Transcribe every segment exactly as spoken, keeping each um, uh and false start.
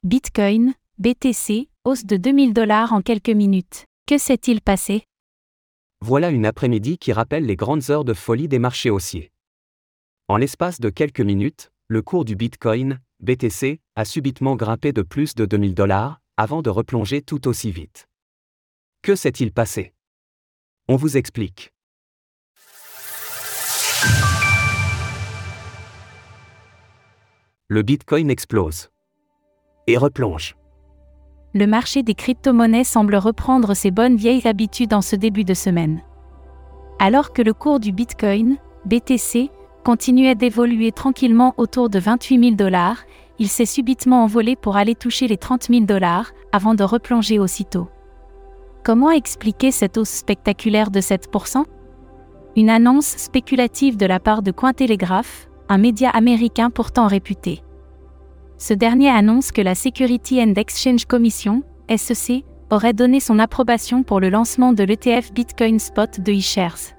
Bitcoin, B T C, hausse de deux mille dollars en quelques minutes. Que s'est-il passé? Voilà une après-midi qui rappelle les grandes heures de folie des marchés haussiers. En l'espace de quelques minutes, le cours du Bitcoin, B T C, a subitement grimpé de plus de deux mille dollars, avant de replonger tout aussi vite. Que s'est-il passé? On vous explique. Le Bitcoin explose. Et replonge. Le marché des crypto-monnaies semble reprendre ses bonnes vieilles habitudes en ce début de semaine. Alors que le cours du Bitcoin, B T C, continuait d'évoluer tranquillement autour de vingt-huit mille dollars, il s'est subitement envolé pour aller toucher les trente mille dollars, avant de replonger aussitôt. Comment expliquer cette hausse spectaculaire de sept pour cent? Une annonce spéculative de la part de Cointelegraph, un média américain pourtant réputé. Ce dernier annonce que la Security and Exchange Commission, S E C, aurait donné son approbation pour le lancement de l'E T F Bitcoin Spot de iShares.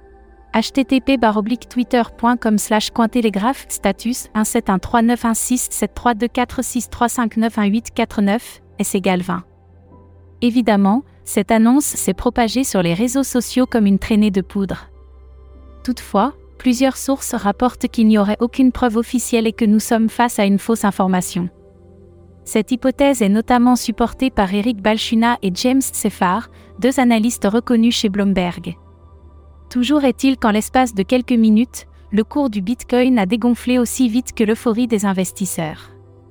h t t p barre oblique twitter point com slash cointelegraph status un sept un trois neuf un six sept trois deux quatre six trois cinq neuf un huit quatre neuf, S égale vingt. Évidemment, cette annonce s'est propagée sur les réseaux sociaux comme une traînée de poudre. Toutefois, plusieurs sources rapportent qu'il n'y aurait aucune preuve officielle et que nous sommes face à une fausse information. Cette hypothèse est notamment supportée par Eric Balchunas et James Seffar, deux analystes reconnus chez Bloomberg. Toujours est-il qu'en l'espace de quelques minutes, le cours du Bitcoin a dégonflé aussi vite que l'euphorie des investisseurs.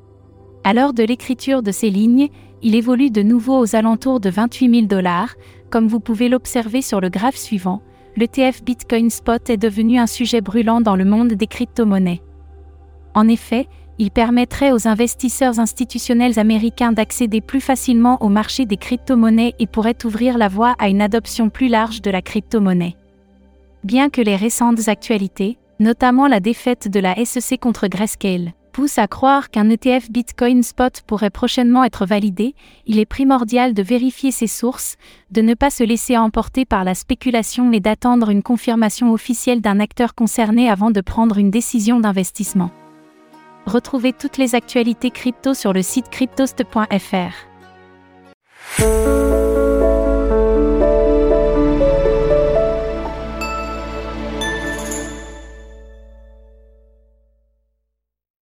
À l'heure de l'écriture de ces lignes, il évolue de nouveau aux alentours de vingt-huit mille dollars, comme vous pouvez l'observer sur le graphe suivant. L'E T F Bitcoin Spot est devenu un sujet brûlant dans le monde des crypto-monnaies. En effet, il permettrait aux investisseurs institutionnels américains d'accéder plus facilement au marché des crypto-monnaies et pourrait ouvrir la voie à une adoption plus large de la crypto-monnaie. Bien que les récentes actualités, notamment la défaite de la S E C contre Grayscale, poussent à croire qu'un E T F Bitcoin Spot pourrait prochainement être validé, il est primordial de vérifier ses sources, de ne pas se laisser emporter par la spéculation et d'attendre une confirmation officielle d'un acteur concerné avant de prendre une décision d'investissement. Retrouvez toutes les actualités crypto sur le site cryptost point f r.